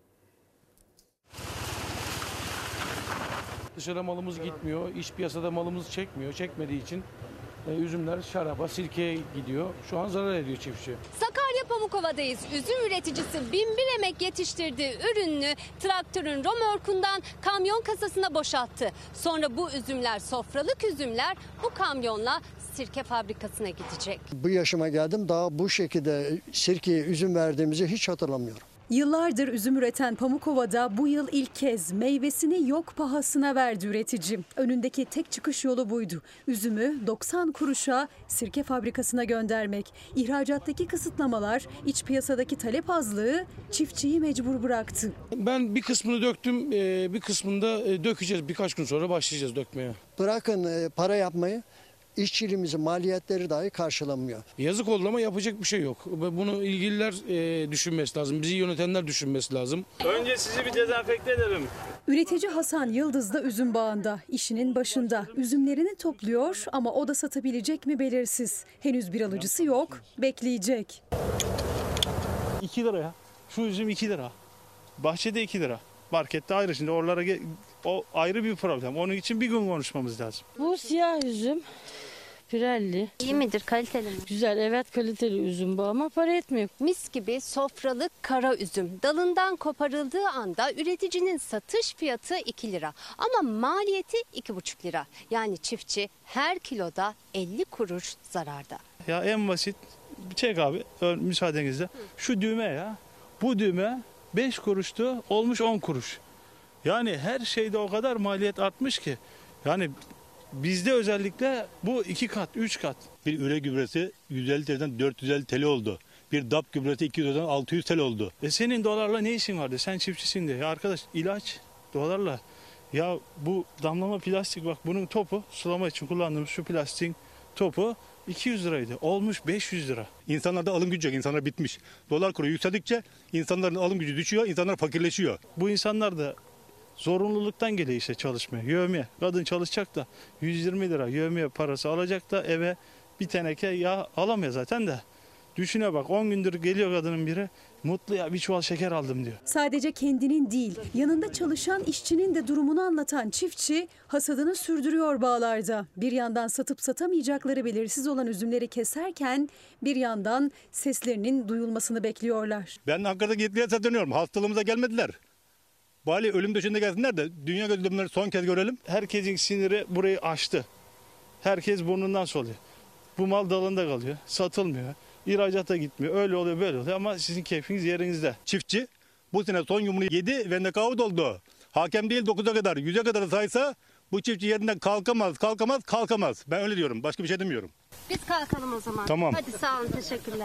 Dışarı malımız gitmiyor, iç piyasada malımız çekmiyor. Çekmediği için üzümler şaraba, sirkeye gidiyor. Şu an zarar ediyor çiftçi. Sakarya Pamukova'dayız. Üzüm üreticisi binbir emek yetiştirdiği ürününü traktörün römorkundan kamyon kasasına boşalttı. Sonra bu üzümler, sofralık üzümler bu kamyonla sirke fabrikasına gidecek. Bu yaşıma geldim, daha bu şekilde sirkeye üzüm verdiğimizi hiç hatırlamıyorum. Yıllardır üzüm üreten Pamukova'da bu yıl ilk kez meyvesini yok pahasına verdi üretici. Önündeki tek çıkış yolu buydu. Üzümü 90 kuruşa sirke fabrikasına göndermek. İhracattaki kısıtlamalar, iç piyasadaki talep azlığı çiftçiyi mecbur bıraktı. Ben bir kısmını döktüm, bir kısmını da dökeceğiz. Birkaç gün sonra başlayacağız dökmeye. Bırakın para yapmayı, işçiliğimizin maliyetleri dahi karşılanmıyor. Yazık oldu ama yapacak bir şey yok. Bunu ilgililer düşünmesi lazım. Bizi yönetenler düşünmesi lazım. Önce sizi bir dezenfekte edelim. Üretici Hasan Yıldız da üzüm bağında, işinin başında. Üzümlerini topluyor ama o da satabilecek mi belirsiz. Henüz bir alıcısı yok, bekleyecek. 2 lira ya. Şu üzüm 2 lira. Bahçede 2 lira. Markette ayrı, şimdi oralara o ayrı bir problem. Onun için bir gün konuşmamız lazım. Bu siyah üzüm. Pirelli. İyi midir, kaliteli mi? Güzel, evet, kaliteli üzüm bu ama para etmiyor. Mis gibi sofralık kara üzüm. Dalından koparıldığı anda üreticinin satış fiyatı 2 lira. Ama maliyeti 2,5 lira. Yani çiftçi her kiloda 50 kuruş zararda. Ya en basit, çek abi müsaadenizle. Şu düğme ya. Bu düğme 5 kuruştu, olmuş 10 kuruş. Yani her şeyde o kadar maliyet artmış ki. Yani bizde özellikle bu 2 kat, 3 kat. Bir üre gübresi 150 TL'den 450 TL oldu. Bir DAP gübresi 200 TL'den 600 TL oldu. Senin dolarla ne işin vardı? Sen çiftçisin de. Ya arkadaş, ilaç dolarla. Ya bu damlama plastik, bak bunun topu, sulama için kullandığımız şu plastiğin topu 200 liraydı. Olmuş 500 lira. İnsanlarda alım gücü yok. İnsanlar bitmiş. Dolar kuru yükseldikçe insanların alım gücü düşüyor. İnsanlar fakirleşiyor. Bu insanlar da zorunluluktan geliyor işte çalışmaya. Yevmiye. Kadın çalışacak da 120 lira yevmiye parası alacak da eve bir teneke yağ alamıyor zaten de. Düşüne bak, 10 gündür geliyor kadının biri, mutlu ya bir çuval şeker aldım diyor. Sadece kendinin değil, yanında çalışan işçinin de durumunu anlatan çiftçi hasadını sürdürüyor bağlarda. Bir yandan satıp satamayacakları belirsiz olan üzümleri keserken bir yandan seslerinin duyulmasını bekliyorlar. Ben Ankara'daki yetkiliye sesleniyorum. Hastalığımıza gelmediler. Bari ölüm döşeğinde gelsinler de dünya gözlemleri son kez görelim. Herkesin siniri burayı aştı. Herkes burnundan soluyor. Bu mal dalında kalıyor, satılmıyor. İhracata gitmiyor. Öyle oluyor, böyle oluyor ama sizin keyfiniz yerinizde. Çiftçi bu sene son yumruğu yedi ve nakavt oldu. Hakem değil 9'a kadar, 100'e kadar saysa bu çiftçi yerinden kalkamaz. Ben öyle diyorum. Başka bir şey demiyorum. Biz kalkalım o zaman. Tamam. Hadi sağ olun, teşekkürler.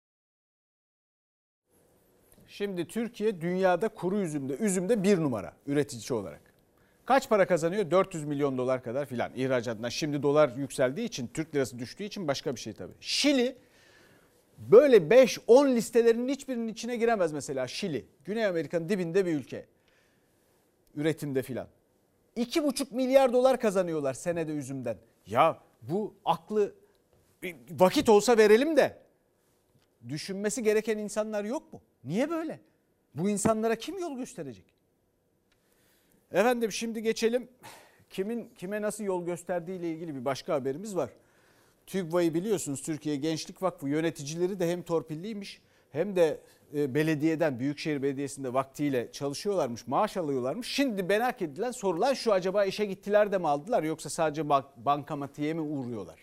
Şimdi Türkiye dünyada kuru üzümde bir numara üreticisi olarak. Kaç para kazanıyor? 400 milyon dolar kadar filan ihracatından. Şimdi dolar yükseldiği için, Türk lirası düştüğü için başka bir şey tabii. Şili böyle 5-10 listelerinin hiçbirinin içine giremez mesela Şili. Güney Amerika'nın dibinde bir ülke. Üretimde filan. 2,5 milyar dolar kazanıyorlar senede üzümden. Ya bu aklı vakit olsa verelim de düşünmesi gereken insanlar yok mu? Niye böyle? Bu insanlara kim yol gösterecek? Efendim şimdi geçelim. Kimin kime nasıl yol gösterdiği ile ilgili bir başka haberimiz var. TÜGVA'yı biliyorsunuz, Türkiye Gençlik Vakfı yöneticileri de hem torpilliymiş hem de belediyeden, Büyükşehir Belediyesi'nde vaktiyle çalışıyorlarmış, maaş alıyorlarmış. Şimdi merak edilen, sorulan şu: acaba işe gittiler de mi aldılar yoksa sadece bankamatiğe mi uğruyorlar?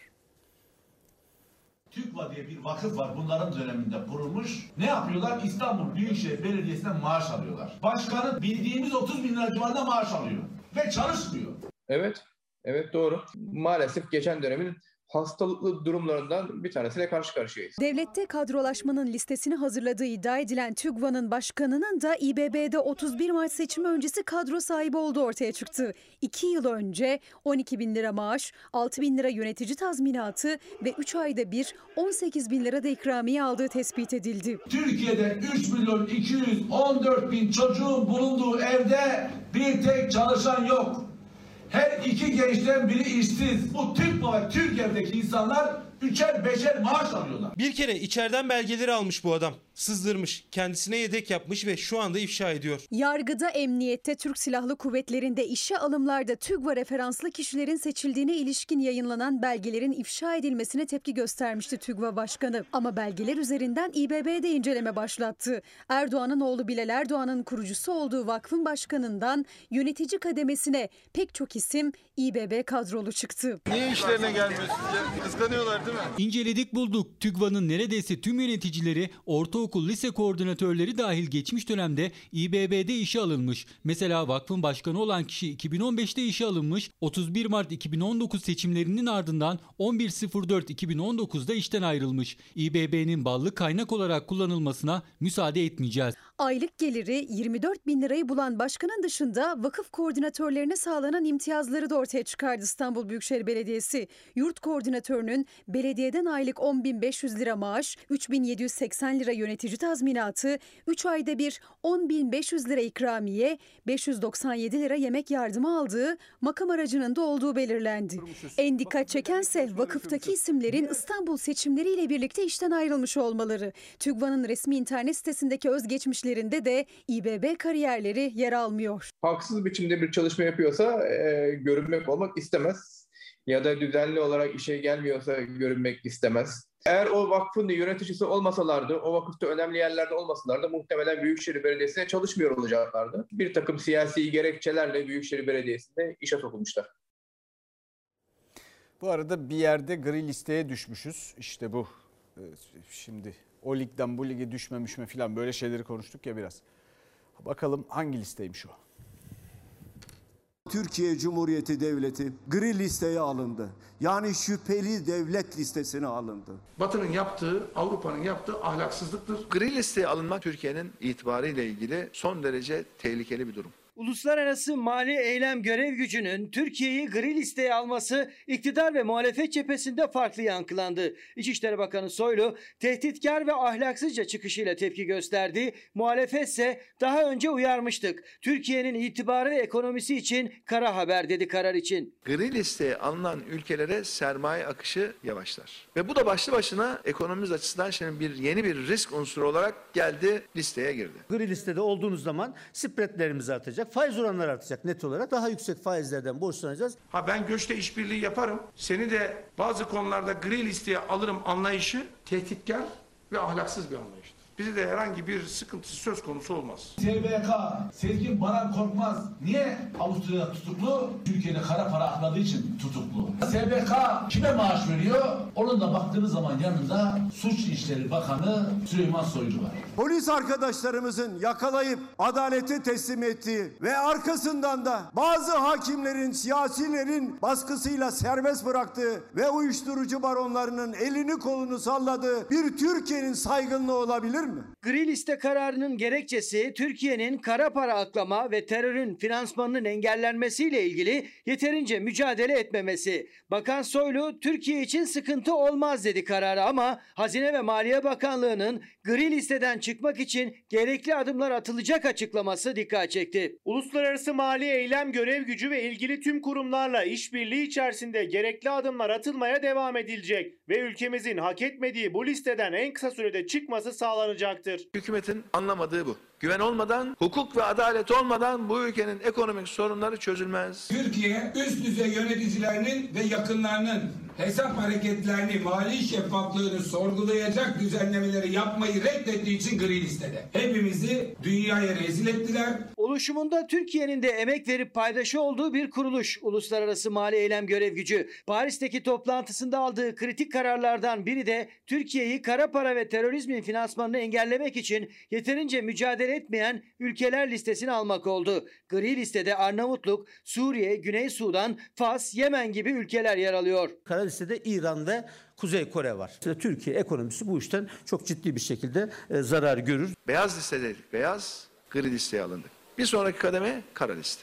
TÜGVA diye bir vakıf var, bunların döneminde kurulmuş. Ne yapıyorlar? İstanbul Büyükşehir Belediyesi'nden maaş alıyorlar. Başkanı bildiğimiz 30 bin lira civarında maaş alıyor ve çalışmıyor. Evet doğru. Maalesef geçen dönemin hastalıklı durumlarından bir tanesiyle karşı karşıyayız. Devlette kadrolaşmanın listesini hazırladığı iddia edilen TÜGVA'nın başkanının da İBB'de 31 Mart seçimi öncesi kadro sahibi olduğu ortaya çıktı. 2 yıl önce 12 bin lira maaş, 6 bin lira yönetici tazminatı ve 3 ayda bir 18 bin lira da ikramiye aldığı tespit edildi. Türkiye'de 3.214.000 çocuğun bulunduğu evde bir tek çalışan yok. Her 2 gençten biri işsiz. Bu Türk ve Türk evdeki insanlar 3'er 5'er maaş alıyorlar. Bir kere içeriden belgeleri almış bu adam. Sızdırmış, kendisine yedek yapmış ve şu anda ifşa ediyor. Yargıda, emniyette, Türk Silahlı Kuvvetleri'nde, işe alımlarda TÜGVA referanslı kişilerin seçildiğine ilişkin yayınlanan belgelerin ifşa edilmesine tepki göstermişti TÜGVA Başkanı. Ama belgeler üzerinden İBB'de inceleme başlattı. Erdoğan'ın oğlu Bilal Erdoğan'ın kurucusu olduğu vakfın başkanından yönetici kademesine pek çok isim İBB kadrolu çıktı. Niye işlerine gelmiyor sizce? Kıskanıyorlar değil mi? İnceledik bulduk. TÜGVA'nın neredeyse tüm yöneticileri, ortaokul, lise koordinatörleri dahil geçmiş dönemde İBB'de işe alınmış. Mesela vakfın başkanı olan kişi 2015'te işe alınmış, 31 Mart 2019 seçimlerinin ardından 11.04.2019'da işten ayrılmış. İBB'nin ballı kaynak olarak kullanılmasına müsaade etmeyeceğiz. Aylık geliri 24 bin lirayı bulan başkanın dışında vakıf koordinatörlerine sağlanan imtiyazları da ortaya çıkardı İstanbul Büyükşehir Belediyesi. Yurt koordinatörünün belediyeden aylık 10.500 lira maaş, 3.780 lira yönetici tazminatı, 3 ayda bir 10.500 lira ikramiye, 597 lira yemek yardımı aldığı, makam aracının da olduğu belirlendi. En dikkat çekense vakıftaki isimlerin İstanbul seçimleriyle birlikte işten ayrılmış olmaları. TÜGVA'nın resmi internet sitesindeki özgeçmişlerinde de İBB kariyerleri yer almıyor. Haksız biçimde bir çalışma yapıyorsa görünmek olmak istemez. Ya da düzenli olarak işe gelmiyorsa görünmek istemez. Eğer o vakfın yöneticisi olmasalardı, o vakıfta önemli yerlerde olmasalardı muhtemelen Büyükşehir Belediyesi'ne çalışmıyor olacaklardı. Bir takım siyasi gerekçelerle Büyükşehir Belediyesi'nde işe sokulmuşlar. Bu arada bir yerde gri listeye düşmüşüz. İşte bu. Şimdi o ligden bu lige düşmemiş mi falan böyle şeyleri konuştuk ya biraz. Bakalım hangi listeymiş o? Türkiye Cumhuriyeti Devleti gri listeye alındı. Yani şüpheli devlet listesine alındı. Batı'nın yaptığı, Avrupa'nın yaptığı ahlaksızlıktır. Gri listeye alınmak Türkiye'nin itibarıyla ilgili son derece tehlikeli bir durum. Uluslararası mali eylem görev gücünün Türkiye'yi gri listeye alması iktidar ve muhalefet cephesinde farklı yankılandı. İçişleri Bakanı Soylu tehditkar ve ahlaksızca çıkışıyla tepki gösterdi. Muhalefetse daha önce uyarmıştık. Türkiye'nin itibarı ve ekonomisi için kara haber dedi karar için. Gri listeye alınan ülkelere sermaye akışı yavaşlar. Ve bu da başlı başına ekonomimiz açısından şimdi yeni bir risk unsuru olarak geldi, listeye girdi. Gri listede olduğunuz zaman spreadlerimiz artacak. Faiz oranları artacak net olarak. Daha yüksek faizlerden borçlanacağız. Ben göçte işbirliği yaparım. Seni de bazı konularda gri listeye alırım anlayışı tehditkar ve ahlaksız bir anlayıştır. Bize de herhangi bir sıkıntısı söz konusu olmaz. SBK, Sezgin Baran Korkmaz niye Avusturya'da tutuklu? Türkiye'de kara para akladığı için tutuklu. SBK kime maaş veriyor? Onun da baktığınız zaman yanında Suç İşleri Bakanı Süleyman Soylu var. Polis arkadaşlarımızın yakalayıp adalete teslim ettiği ve arkasından da bazı hakimlerin, siyasilerin baskısıyla serbest bıraktığı ve uyuşturucu baronlarının elini kolunu salladığı bir Türkiye'nin saygınlığı olabilir mi? Gri liste kararının gerekçesi Türkiye'nin kara para aklama ve terörün finansmanının engellenmesiyle ilgili yeterince mücadele etmemesi. Bakan Soylu Türkiye için sıkıntı olmaz dedi karara ama Hazine ve Maliye Bakanlığı'nın gri listeden çıkmak için gerekli adımlar atılacak açıklaması dikkat çekti. Uluslararası mali eylem görev gücü ve ilgili tüm kurumlarla işbirliği içerisinde gerekli adımlar atılmaya devam edilecek ve ülkemizin hak etmediği bu listeden en kısa sürede çıkması sağlanacaktır. Hükümetin anlamadığı bu. Güven olmadan, hukuk ve adalet olmadan bu ülkenin ekonomik sorunları çözülmez. Türkiye üst düzey yöneticilerinin ve yakınlarının hesap hareketlerini, mali şeffaflığını sorgulayacak düzenlemeleri yapmayı reddettiği için gri listede. Hepimizi dünyaya rezil ettiler. Oluşumunda Türkiye'nin de emek verip paydaşı olduğu bir kuruluş Uluslararası Mali Eylem Görev Gücü. Paris'teki toplantısında aldığı kritik kararlardan biri de Türkiye'yi kara para ve terörizmin finansmanını engellemek için yeterince mücadele etmeyen ülkeler listesini almak oldu. Gri listede Arnavutluk, Suriye, Güney Sudan, Fas, Yemen gibi ülkeler yer alıyor. Kara listede İran ve Kuzey Kore var. Türkiye ekonomisi bu işten çok ciddi bir şekilde zarar görür. Beyaz listedeydik. Beyaz, gri listeye alındık. Bir sonraki kademe kara liste.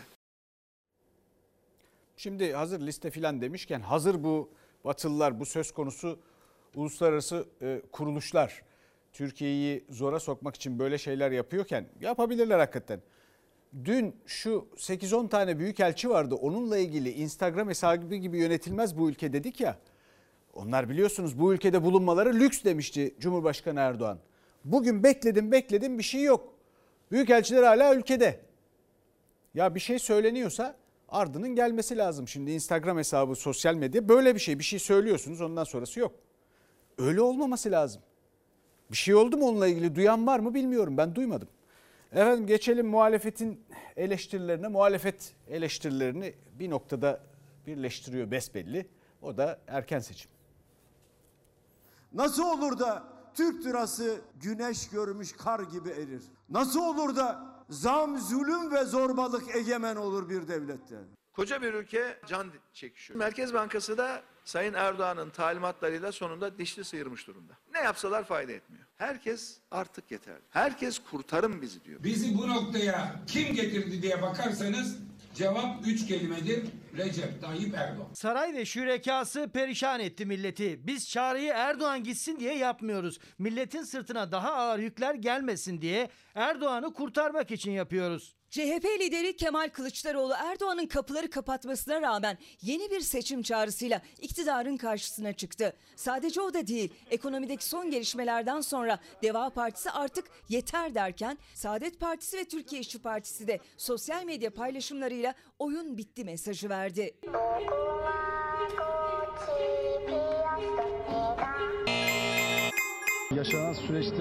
Şimdi hazır liste filan demişken hazır bu Batılılar, bu söz konusu uluslararası kuruluşlar Türkiye'yi zora sokmak için böyle şeyler yapıyorken yapabilirler hakikaten. Dün şu 8-10 tane büyükelçi vardı, onunla ilgili Instagram hesabı gibi yönetilmez bu ülke dedik ya. Onlar biliyorsunuz bu ülkede bulunmaları lüks demişti Cumhurbaşkanı Erdoğan. Bugün bekledim bir şey yok. Büyükelçiler hala ülkede. Ya bir şey söyleniyorsa ardının gelmesi lazım. Şimdi Instagram hesabı, sosyal medya böyle bir şey söylüyorsunuz, ondan sonrası yok. Öyle olmaması lazım. Bir şey oldu mu onunla ilgili, duyan var mı bilmiyorum, ben duymadım. Efendim geçelim muhalefetin eleştirilerine. Muhalefet eleştirilerini bir noktada birleştiriyor besbelli. O da erken seçim. Nasıl olur da Türk lirası güneş görmüş kar gibi erir? Nasıl olur da zam, zulüm ve zorbalık egemen olur bir devlette? Koca bir ülke can çekişiyor. Merkez Bankası da Sayın Erdoğan'ın talimatlarıyla sonunda dişli sıyırmış durumda. Ne yapsalar fayda etmiyor. Herkes artık yeterli. Herkes kurtarın bizi diyor. Bizi bu noktaya kim getirdi diye bakarsanız cevap 3 kelimedir. Recep Tayyip Erdoğan. Saray ve şürekası perişan etti milleti. Biz çağrıyı Erdoğan gitsin diye yapmıyoruz. Milletin sırtına daha ağır yükler gelmesin diye Erdoğan'ı kurtarmak için yapıyoruz. CHP lideri Kemal Kılıçdaroğlu Erdoğan'ın kapıları kapatmasına rağmen yeni bir seçim çağrısıyla iktidarın karşısına çıktı. Sadece o da değil, ekonomideki son gelişmelerden sonra Deva Partisi artık yeter derken Saadet Partisi ve Türkiye İşçi Partisi de sosyal medya paylaşımlarıyla oyun bitti mesajı verdi. Yaşanan süreçte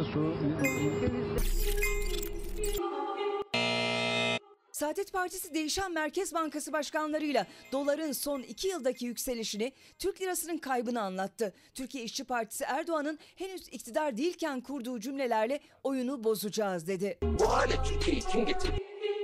Saadet Partisi değişen Merkez Bankası başkanlarıyla doların son 2 yıldaki yükselişini, Türk lirasının kaybını anlattı. Türkiye İşçi Partisi Erdoğan'ın henüz iktidar değilken kurduğu cümlelerle oyunu bozacağız dedi. Bu hale Türkiye'yi kim getirdi?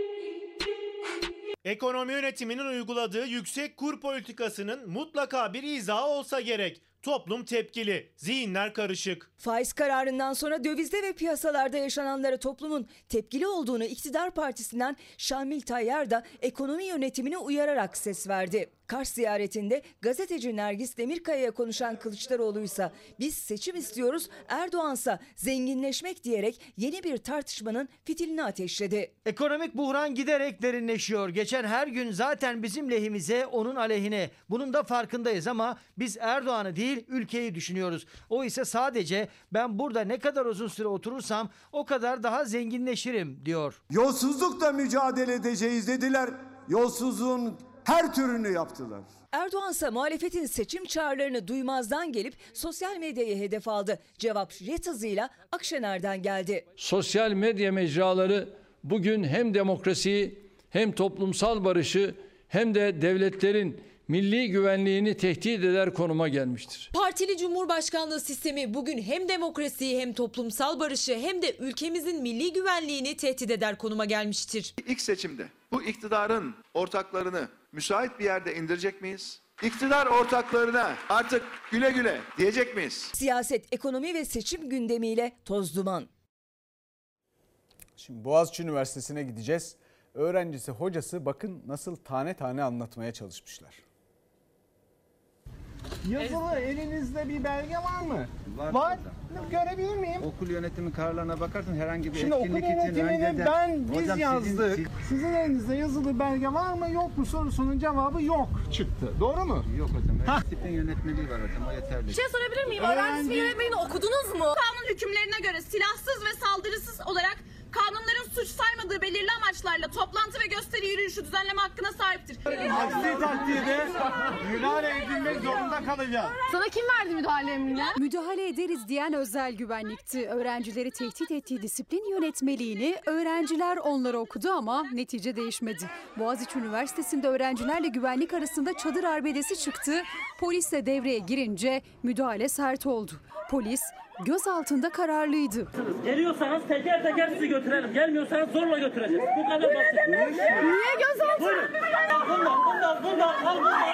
Ekonomi yönetiminin uyguladığı yüksek kur politikasının mutlaka bir izahı olsa gerek. Toplum tepkili, zihinler karışık. Faiz kararından sonra dövizde ve piyasalarda yaşananlara toplumun tepkili olduğunu iktidar partisinden Şamil Tayyar da ekonomi yönetimine uyararak ses verdi. Kars ziyaretinde gazeteci Nergis Demirkaya'ya konuşan Kılıçdaroğlu ise biz seçim istiyoruz, Erdoğan'sa zenginleşmek diyerek yeni bir tartışmanın fitilini ateşledi. Ekonomik buhran giderek derinleşiyor. Geçen her gün zaten bizim lehimize, onun aleyhine. Bunun da farkındayız ama biz Erdoğan'ı değil ülkeyi düşünüyoruz. O ise sadece ben burada ne kadar uzun süre oturursam o kadar daha zenginleşirim diyor. Yolsuzlukla mücadele edeceğiz dediler. Yolsuzluğun her türünü yaptılar. Erdoğan ise muhalefetin seçim çağrılarını duymazdan gelip sosyal medyayı hedef aldı. Cevap jet hızıyla Akşener'den geldi. Sosyal medya mecraları bugün hem demokrasiyi hem toplumsal barışı hem de devletlerin milli güvenliğini tehdit eder konuma gelmiştir. Partili Cumhurbaşkanlığı sistemi bugün hem demokrasiyi hem toplumsal barışı hem de ülkemizin milli güvenliğini tehdit eder konuma gelmiştir. İlk seçimde bu iktidarın ortaklarını müsait bir yerde indirecek miyiz? İktidar ortaklarına artık güle güle diyecek miyiz? Siyaset, ekonomi ve seçim gündemiyle toz duman. Şimdi Boğaziçi Üniversitesi'ne gideceğiz. Öğrencisi, hocası bakın nasıl tane tane anlatmaya çalışmışlar. Yazılı elinizde bir belge var mı? Var. Görebilir miyim? Okul yönetimi kararlarına bakarsan herhangi bir Şimdi etkinlik okul için yönetimini biz hocam yazdık. Sizin elinizde yazılı belge var mı yok mu sorusunun cevabı yok çıktı. Doğru mu? Yok hocam. Disiplin yönetmeliği var hocam, o yeterli. Bir şey sorabilir miyim? Öğrenci disiplin yönetmeliğini okudunuz mu? Kanun hükümlerine göre silahsız ve saldırısız olarak kanunların suç saymadığı belirli amaçlarla toplantı ve gösteri yürüyüşü düzenleme hakkına sahiptir. Aksi takdirde müdahale edilmek zorunda kalacağız. Sana kim verdi müdahale emrini? Müdahale ederiz diyen özel güvenlikti. Öğrencileri tehdit ettiği disiplin yönetmeliğini öğrenciler onlara okudu ama netice değişmedi. Boğaziçi Üniversitesi'nde öğrencilerle güvenlik arasında çadır arbedesi çıktı. Polis de devreye girince müdahale sert oldu. Polis gözaltında kararlıydı. Geliyorsanız teker teker sizi götürelim. Gelmiyorsanız zorla götüreceğiz. Bu kadar basit. Niye gözaltı? Bundan.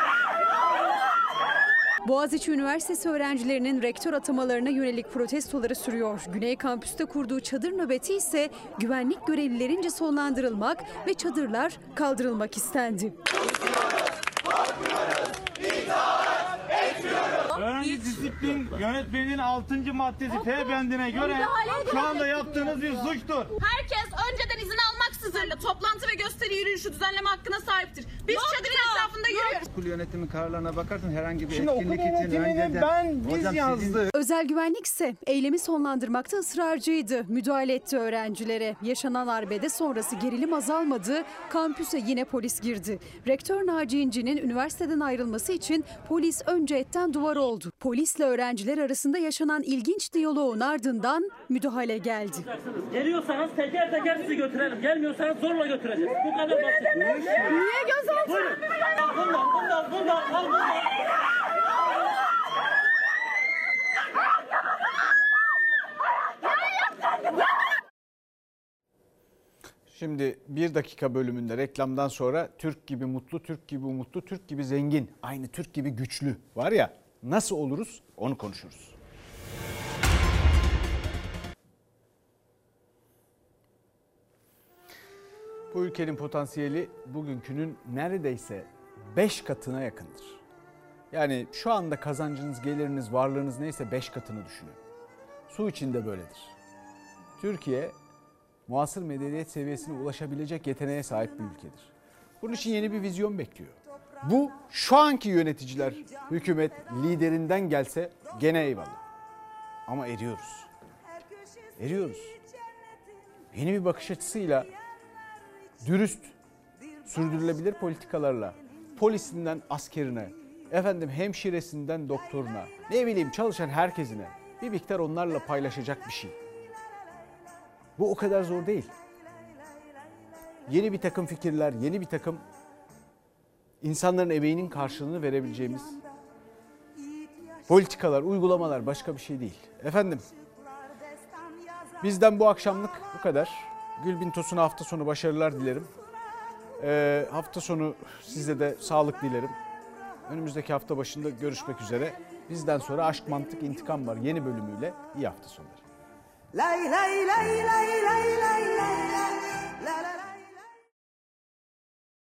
Boğaziçi Üniversitesi öğrencilerinin rektör atamalarına yönelik protestoları sürüyor. Güney Kampüs'te kurduğu çadır nöbeti ise güvenlik görevlilerince sonlandırılmak ve çadırlar kaldırılmak istendi. Öğrenci disiplin yönetmeliğinin 6. maddesi F bendine göre şu anda yaptığınız bir suçtur. Herkes önceden izin almaksızın toplantı ve gösteri yürüyüşü düzenleme hakkına sahiptir. Biz çadırın etrafında yürüyoruz. Okul yönetimi kararlarına bakarsan herhangi bir Şimdi etkinlik okul için önceden... biz yazdık. Özel güvenlik ise eylemi sonlandırmakta ısrarcıydı. Müdahale etti öğrencilere. Yaşanan arbede sonrası gerilim azalmadı. Kampüse yine polis girdi. Rektör Naci İnci'nin üniversiteden ayrılması için polis önce etten duvar oldu. Polisle öğrenciler arasında yaşanan ilginç diyaloğun ardından müdahale geldi. Geliyorsanız teker teker sizi götürelim. Gelmiyorsanız zorla götüreceğiz. Bu kadar basit. Niye gözaltı? Bundan. Şimdi 1 dakika bölümünde reklamdan sonra Türk gibi mutlu, Türk gibi umutlu, Türk gibi zengin, aynı Türk gibi güçlü var ya, nasıl oluruz onu konuşuruz. Bu ülkenin potansiyeli bugünkünün neredeyse 5 katına yakındır. Yani şu anda kazancınız, geliriniz, varlığınız neyse 5 katını düşünün. Su için de böyledir. Türkiye muasır medeniyet seviyesine ulaşabilecek yeteneğe sahip bir ülkedir. Bunun için yeni bir vizyon bekliyor. Bu şu anki yöneticiler, hükümet liderinden gelse gene eyvallah. Ama eriyoruz. Eriyoruz. Yeni bir bakış açısıyla, dürüst, sürdürülebilir politikalarla, polisinden askerine, hemşiresinden doktoruna, çalışan herkesine bir miktar onlarla paylaşacak bir şey. Bu o kadar zor değil. Yeni bir takım fikirler, yeni bir takım insanların emeğinin karşılığını verebileceğimiz politikalar, uygulamalar başka bir şey değil. Bizden bu akşamlık bu kadar. Gülbin Tosun'a hafta sonu başarılar dilerim. Hafta sonu size de sağlık dilerim. Önümüzdeki hafta başında görüşmek üzere. Bizden sonra Aşk, Mantık, İntikam var yeni bölümüyle. İyi hafta sonları. Lay lay lay lay lay lay lay.